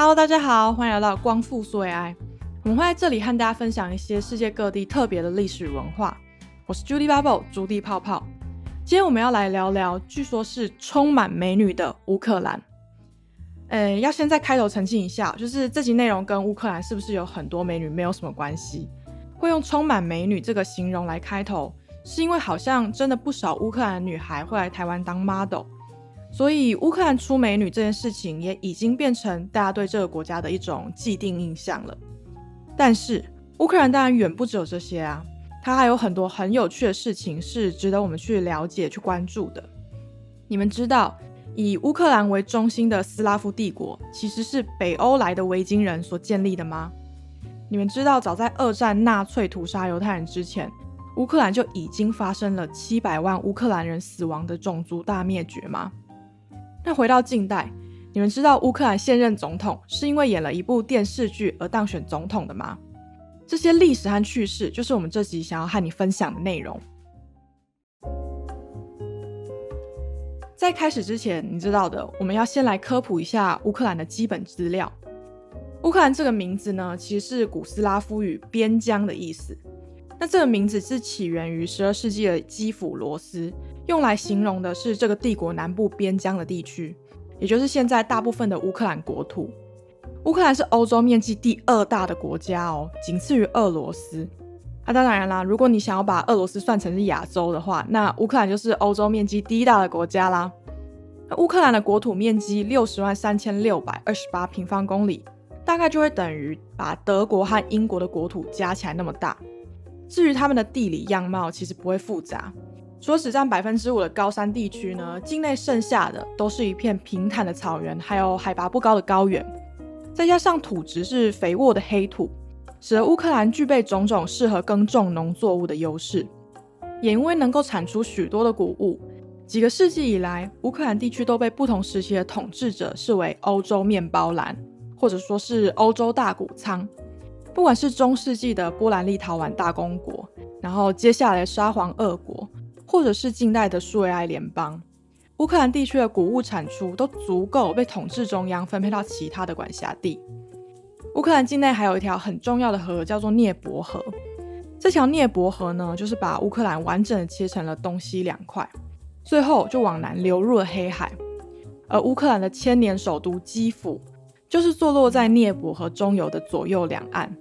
Hello， 大家好，欢迎来到光复苏维埃。我们会在这里和大家分享一些世界各地特别的历史文化。我是 Judy Bubble 朱棣泡泡。今天我们要来聊聊，据说是充满美女的乌克兰。要先在开头澄清一下，就是这集内容跟乌克兰是不是有很多美女没有什么关系。会用充满美女这个形容来开头，是因为好像真的不少乌克兰的女孩会来台湾当 model。所以乌克兰出美女这件事情也已经变成大家对这个国家的一种既定印象了。但是乌克兰当然远不只有这些啊，它还有很多很有趣的事情是值得我们去了解去关注的。你们知道以乌克兰为中心的斯拉夫帝国其实是北欧来的维京人所建立的吗？你们知道早在二战纳粹屠杀犹太人之前，乌克兰就已经发生了700万乌克兰人死亡的种族大灭绝吗？那回到近代，你们知道乌克兰现任总统是因为演了一部电视剧而当选总统的吗？这些历史和趣事就是我们这集想要和你分享的内容。在开始之前，你知道的，我们要先来科普一下乌克兰的基本资料。乌克兰这个名字呢，其实是古斯拉夫语边疆的意思。那这个名字是起源于12世纪的基辅罗斯，用来形容的是这个帝国南部边疆的地区，也就是现在大部分的乌克兰国土。乌克兰是欧洲面积第2大的国家哦，仅次于俄罗斯。当然啦，如果你想要把俄罗斯算成是亚洲的话，那乌克兰就是欧洲面积第1大的国家啦。乌克兰的国土面积603628平方公里，大概就会等于把德国和英国的国土加起来那么大。至于他们的地理样貌其实不会复杂，除了只占 5% 的高山地区呢，境内剩下的都是一片平坦的草原，还有海拔不高的高原，再加上土质是肥沃的黑土，使得乌克兰具备种种适合耕种农作物的优势。也因为能够产出许多的谷物，几个世纪以来，乌克兰地区都被不同时期的统治者视为欧洲面包篮，或者说是欧洲大谷仓。不管是中世纪的波兰立陶宛大公国，然后接下来的沙皇俄国，或者是近代的苏维埃联邦，乌克兰地区的谷物产出都足够被统治中央分配到其他的管辖地。乌克兰境内还有一条很重要的河叫做涅伯河，这条涅伯河呢，就是把乌克兰完整的切成了东西2块，最后就往南流入了黑海。而乌克兰的千年首都基辅就是坐落在涅伯河中游的左右两岸。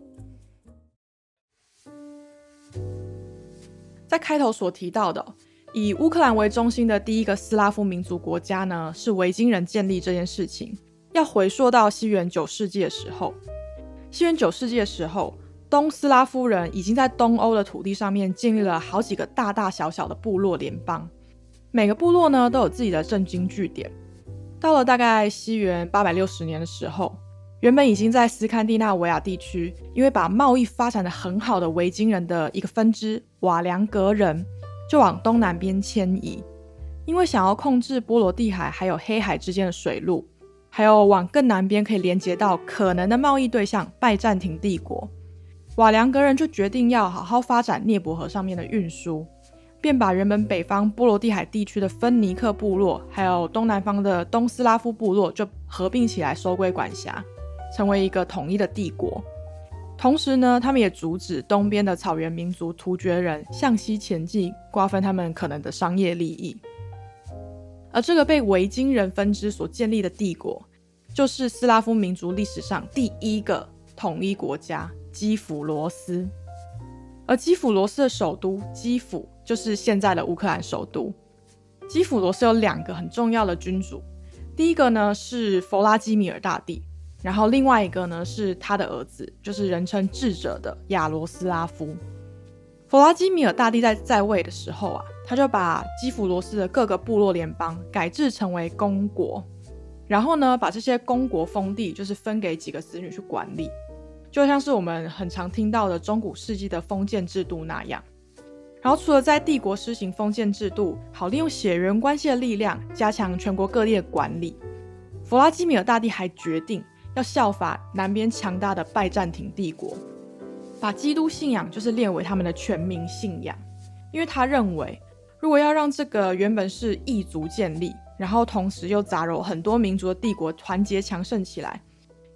在开头所提到的，以乌克兰为中心的第一个斯拉夫民族国家呢，是维京人建立这件事情，要回溯到西元9世纪的时候。西元9世纪的时候，东斯拉夫人已经在东欧的土地上面建立了好几个大大小小的部落联邦，每个部落呢都有自己的政经据点。到了大概西元860年的时候，原本已经在斯堪的纳维亚地区因为把贸易发展得很好的维京人的一个分支瓦良格人就往东南边迁移，因为想要控制波罗的海还有黑海之间的水路，还有往更南边可以连接到可能的贸易对象拜占庭帝国，瓦良格人就决定要好好发展涅伯河上面的运输，便把原本北方波罗的海地区的芬尼克部落还有东南方的东斯拉夫部落就合并起来收归管辖，成为一个统一的帝国。同时呢，他们也阻止东边的草原民族突厥人向西前进，瓜分他们可能的商业利益。而这个被维京人分支所建立的帝国，就是斯拉夫民族历史上第一个统一国家基辅罗斯。而基辅罗斯的首都基辅就是现在的乌克兰首都。基辅罗斯有2个很重要的君主，第一个呢是弗拉基米尔大帝，然后另外一个呢是他的儿子，就是人称智者的亚罗斯拉夫。弗拉基米尔大帝在位的时候啊，他就把基辅罗斯的各个部落联邦改制成为公国，然后呢把这些公国封地就是分给几个子女去管理，就像是我们很常听到的中古世纪的封建制度那样。然后除了在帝国施行封建制度，好利用血缘关系的力量加强全国各地的管理，弗拉基米尔大帝还决定要效法南边强大的拜占庭帝国，把基督信仰就是列为他们的全民信仰。因为他认为如果要让这个原本是异族建立，然后同时又杂糅很多民族的帝国团结强盛起来，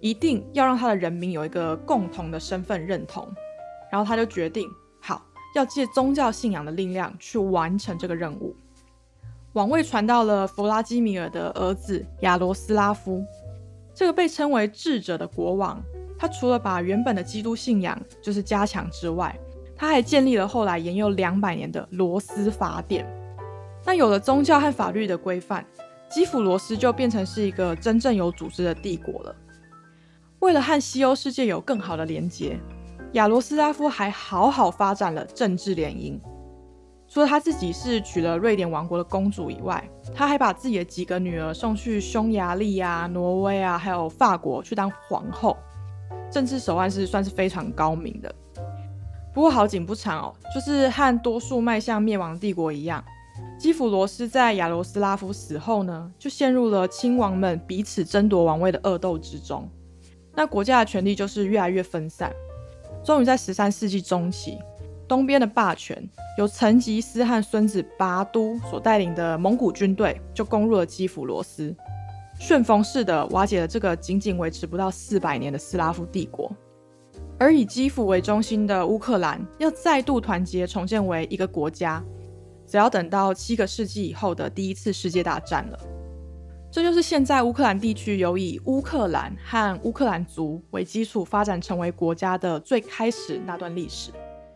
一定要让他的人民有一个共同的身份认同。然后他就决定，好，要借宗教信仰的力量去完成这个任务。王位传到了弗拉基米尔的儿子亚罗斯拉夫，这个被称为智者的国王，他除了把原本的基督信仰就是加强之外，他还建立了后来沿用200年的罗斯法典。那有了宗教和法律的规范，基辅罗斯就变成是一个真正有组织的帝国了。为了和西欧世界有更好的连结，亚罗斯拉夫还好好发展了政治联姻。除了他自己是娶了瑞典王国的公主以外，他还把自己的几个女儿送去匈牙利啊、挪威啊，还有法国去当皇后，政治手腕是算是非常高明的。不过好景不长哦，就是和多数迈向灭亡的帝国一样，基辅罗斯在亚罗斯拉夫死后呢，就陷入了亲王们彼此争夺王位的恶斗之中。那国家的权力就是越来越分散，终于在13世纪中期，东边的霸权由成吉思汗孙子拔都所带领的蒙古军队就攻入了基辅罗斯，旋风式的瓦解了这个仅仅维持不到400年的斯拉夫帝国。而以基辅为中心的乌克兰要再度团结重建为一个国家，只要等到7个世纪以后的第一次世界大战了。这就是现在乌克兰地区由以乌克兰和乌克兰族为基础发展成为国家的最开始那段历史。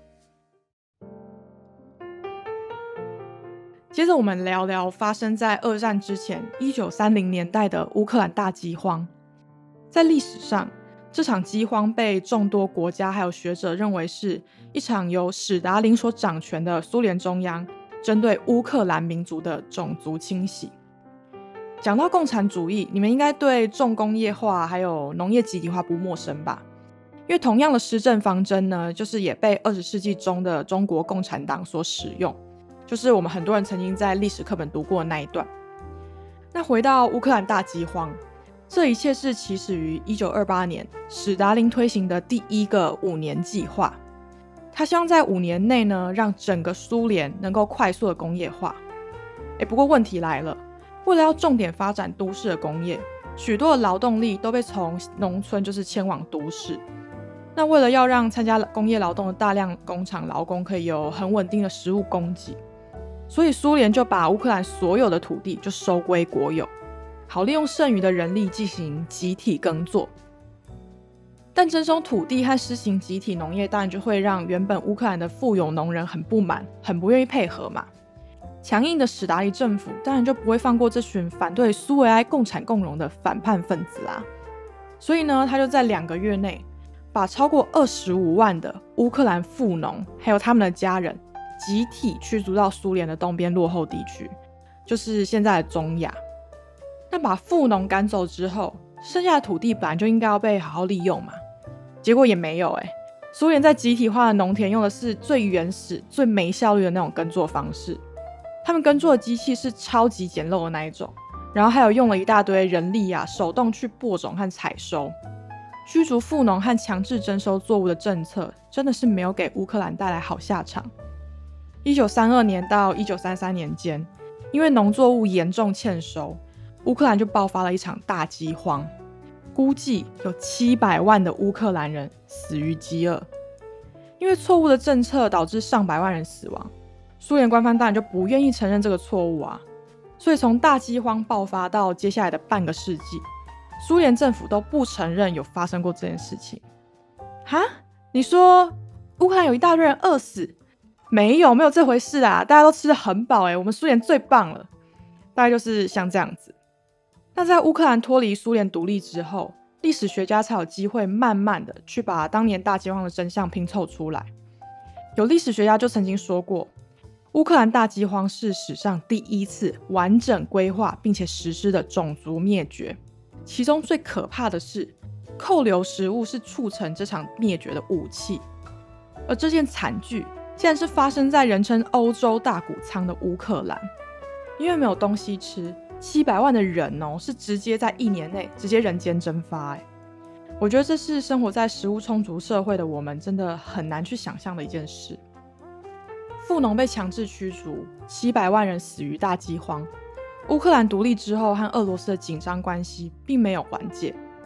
接着我们聊聊发生在2战之前1930年代的乌克兰大饥荒。在历史上，这场饥荒被众多国家还有学者认为是一场由史达林所掌权的苏联中央针对乌克兰民族的种族清洗。讲到共产主义，你们应该对重工业化还有农业集体化不陌生吧？因为同样的施政方针呢，就是也被20世纪中的中国共产党所使用，就是我们很多人曾经在历史课本读过的那一段。那回到乌克兰大饥荒，这一切是起始于1928年史达林推行的第一个5年计划。他希望在5年内呢，让整个苏联能够快速的工业化。不过问题来了，为了要重点发展都市的工业，许多的劳动力都被从农村就是迁往都市。那为了要让参加工业劳动的大量工厂劳工可以有很稳定的食物供给，所以苏联就把乌克兰所有的土地就收归国有，好利用剩余的人力进行集体耕作。但征收土地和施行集体农业当然就会让原本乌克兰的富有农人很不满，很不愿意配合嘛。强硬的史达林政府当然就不会放过这群反对苏维埃共产共荣的反叛分子啊。所以呢，他就在2个月内把超过25万的乌克兰富农还有他们的家人集体驱逐到苏联的东边落后地区，就是现在的中亚。那把富农赶走之后，剩下的土地本来就应该要被好好利用嘛，结果也没有苏联在集体化的农田用的是最原始最没效率的那种耕作方式，他们耕作的机器是超级简陋的那一种，然后还有用了一大堆人力啊，手动去播种和采收。驱逐富农和强制征收作物的政策真的是没有给乌克兰带来好下场。1932年到1933年间，因为农作物严重欠收，乌克兰就爆发了一场大饥荒，估计有700万的乌克兰人死于饥饿。因为错误的政策导致上百万人死亡，苏联官方当然就不愿意承认这个错误啊。所以从大饥荒爆发到接下来的半个世纪，苏联政府都不承认有发生过这件事情。哈？你说乌克兰有一大堆人饿死？没有这回事啊，大家都吃得很饱我们苏联最棒了。大概就是像这样子。那在乌克兰脱离苏联独立之后，历史学家才有机会慢慢的去把当年大饥荒的真相拼凑出来。有历史学家就曾经说过，乌克兰大饥荒是史上第一次完整规划并且实施的种族灭绝，其中最可怕的是扣留食物是促成这场灭绝的武器。而这件惨剧竟然是发生在人称欧洲大谷仓的乌克兰。因为没有东西吃，700万的人是直接在1年内直接人间蒸发我觉得这是生活在食物充足社会的我们真的很难去想象的一件事。富农被强制驱逐，700万人死于大饥荒。乌克兰独立之后和俄罗斯的紧张关系并没有缓解，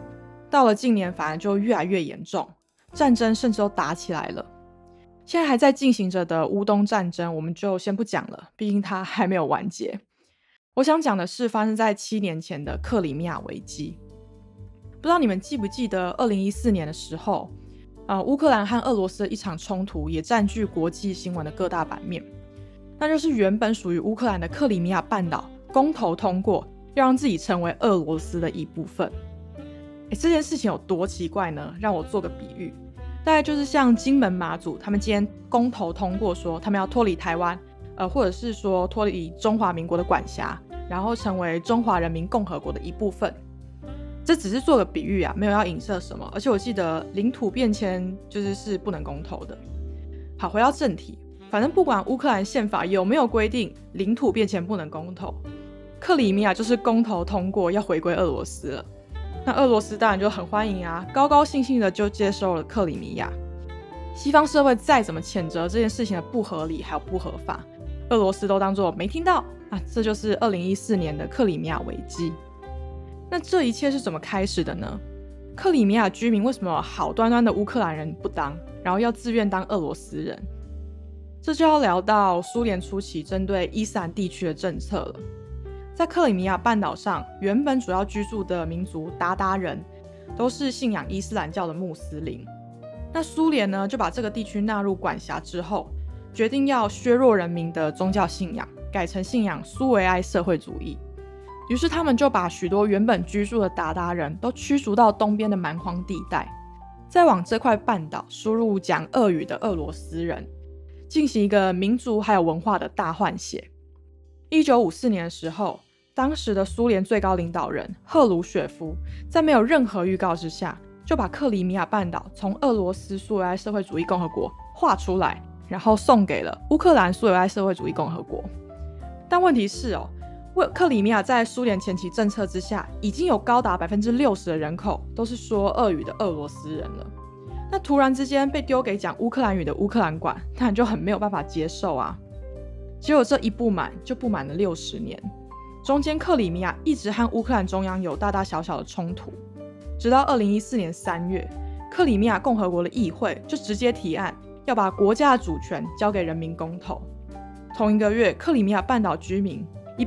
到了近年反而就越来越严重，战争甚至都打起来了。现在还在进行着的乌东战争我们就先不讲了，毕竟它还没有完结。我想讲的是发生在7年前的克里米亚危机。不知道你们记不记得2014年的时候，乌克兰和俄罗斯的一场冲突也占据国际新闻的各大版面，那就是原本属于乌克兰的克里米亚半岛公投通过要让自己成为俄罗斯的一部分。这件事情有多奇怪呢？让我做个比喻，大概就是像金门马祖他们今天公投通过说他们要脱离台湾，或者是说脱离中华民国的管辖，然后成为中华人民共和国的一部分。这只是做个比喻啊，没有要影射什么。而且我记得领土变迁是不能公投的。好，回到正题，反正不管乌克兰宪法有没有规定领土变迁不能公投，克里米亚就是公投通过要回归俄罗斯了。那俄罗斯当然就很欢迎啊，高高兴兴的就接收了克里米亚。西方社会再怎么谴责这件事情的不合理还有不合法，俄罗斯都当作没听到啊。这就是2014年的克里米亚危机。那这一切是怎么开始的呢？克里米亚居民为什么好端端的乌克兰人不当，然后要自愿当俄罗斯人？这就要聊到苏联初期针对伊斯兰地区的政策了。在克里米亚半岛上，原本主要居住的民族鞑靼人都是信仰伊斯兰教的穆斯林。那苏联呢，就把这个地区纳入管辖之后，决定要削弱人民的宗教信仰，改成信仰苏维埃社会主义。于是他们就把许多原本居住的鞑靼人都驱逐到东边的蛮荒地带，再往这块半岛输入讲俄语的俄罗斯人，进行一个民族还有文化的大换血。1954年的时候，当时的苏联最高领导人赫鲁雪夫在没有任何预告之下，就把克里米亚半岛从俄罗斯苏维埃社会主义共和国划出来，然后送给了乌克兰苏维埃社会主义共和国。但问题是克里米亚在苏联前期政策之下，已经有高达 60% 的人口都是说俄语的俄罗斯人了。那突然之间被丢给讲乌克兰语的乌克兰馆，当然就很没有办法接受啊。结果这一不满就不满了60年，中间克里米亚一直和乌克兰中央有大大小小的冲突，直到2014年3月，克里米亚共和国的议会就直接提案要把国家的主权交给人民公投。同一个月，克里米亚半岛居民以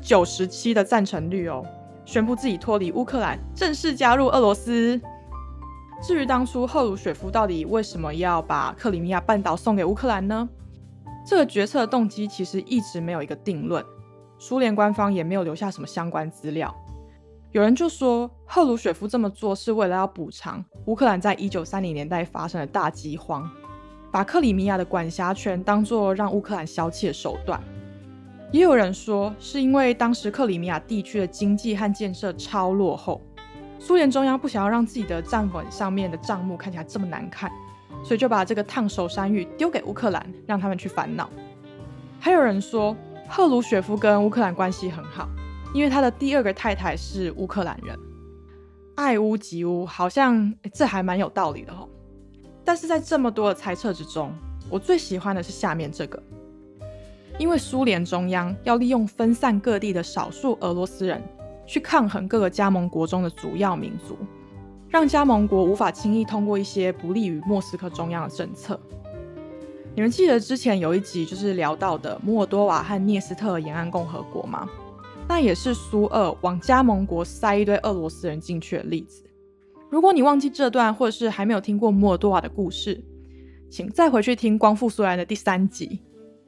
97% 的赞成率宣布自己脱离乌克兰，正式加入俄罗斯。至于当初赫鲁雪夫到底为什么要把克里米亚半岛送给乌克兰呢？这个决策的动机其实一直没有一个定论，苏联官方也没有留下什么相关资料。有人就说赫鲁雪夫这么做是为了要补偿乌克兰在1930年代发生的大饥荒，把克里米亚的管辖权当作让乌克兰消气的手段。也有人说是因为当时克里米亚地区的经济和建设超落后，苏联中央不想要让自己的账本上面的账目看起来这么难看，所以就把这个烫手山芋丢给乌克兰，让他们去烦恼。还有人说赫鲁雪夫跟乌克兰关系很好，因为他的第2个太太是乌克兰人。爱屋及乌，好像这还蛮有道理的但是在这么多的猜测之中，我最喜欢的是下面这个。因为苏联中央要利用分散各地的少数俄罗斯人去抗衡各个加盟国中的主要民族，让加盟国无法轻易通过一些不利于莫斯科中央的政策。你们记得之前有一集就是聊到的摩尔多瓦和涅斯特尔沿岸共和国吗？那也是苏俄往加盟国塞一堆俄罗斯人进去的例子。如果你忘记这段，或者是还没有听过摩尔多瓦的故事，请再回去听《光复苏联》的第3集。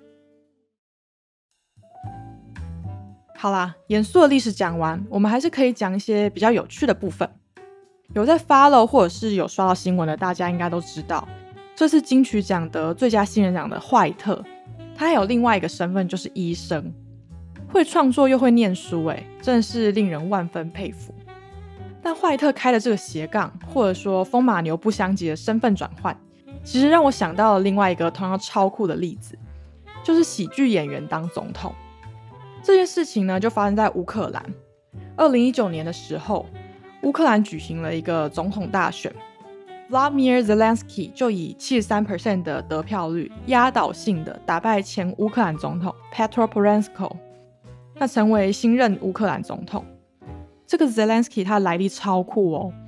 好啦，严肃的历史讲完，我们还是可以讲一些比较有趣的部分。有在 follow 或者是有刷到新闻的，大家应该都知道，这次金曲奖得最佳新人奖的怀特，他还有另外一个身份就是医生，会创作又会念书，真的是令人万分佩服。但怀特开的这个斜杠，或者说风马牛不相及的身份转换，其实让我想到了另外一个同样超酷的例子，就是喜剧演员当总统。这件事情呢，就发生在乌克兰。2019年的时候，乌克兰举行了一个总统大选， Vladimir Zelensky 就以 73% 的得票率压倒性的打败前乌克兰总统 Petro Poroshenko， 那成为新任乌克兰总统。这个 Zelensky 他来历超酷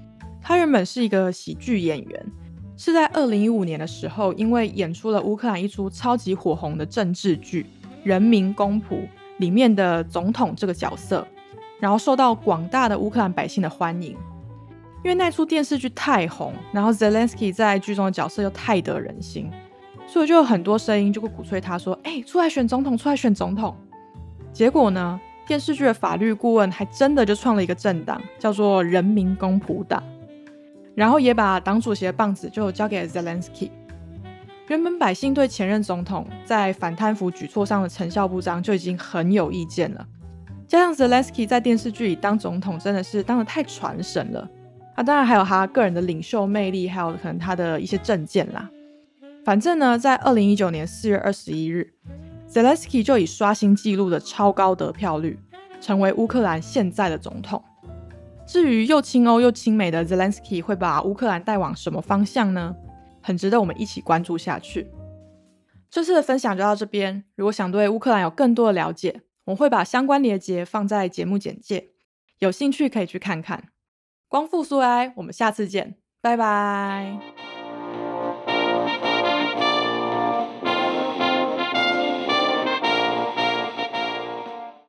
他原本是一个喜剧演员，是在2015年的时候，因为演出了乌克兰一出超级火红的政治剧《人民公仆》里面的总统这个角色，然后受到广大的乌克兰百姓的欢迎。因为那出电视剧太红，然后 Zelensky 在剧中的角色又太得人心，所以就有很多声音就会鼓吹他说出来选总统，出来选总统。结果呢，电视剧的法律顾问还真的就创了一个政党，叫做人民公仆党，然后也把党主席的棒子就交给了 Zelensky。 原本百姓对前任总统在反贪腐举措上的成效不彰就已经很有意见了，加上 Zelensky 在电视剧里当总统真的是当得太传神了，当然还有他个人的领袖魅力，还有可能他的一些政见啦。反正呢，在2019年4月21日 Zelensky 就以刷新纪录的超高得票率成为乌克兰现在的总统。至于又亲欧又亲美的 Zelensky 会把乌克兰带往什么方向呢？很值得我们一起关注下去。这次的分享就到这边，如果想对乌克兰有更多的了解，我会把相关连结放在节目简介，有兴趣可以去看看。光复苏埃，我们下次见，拜拜。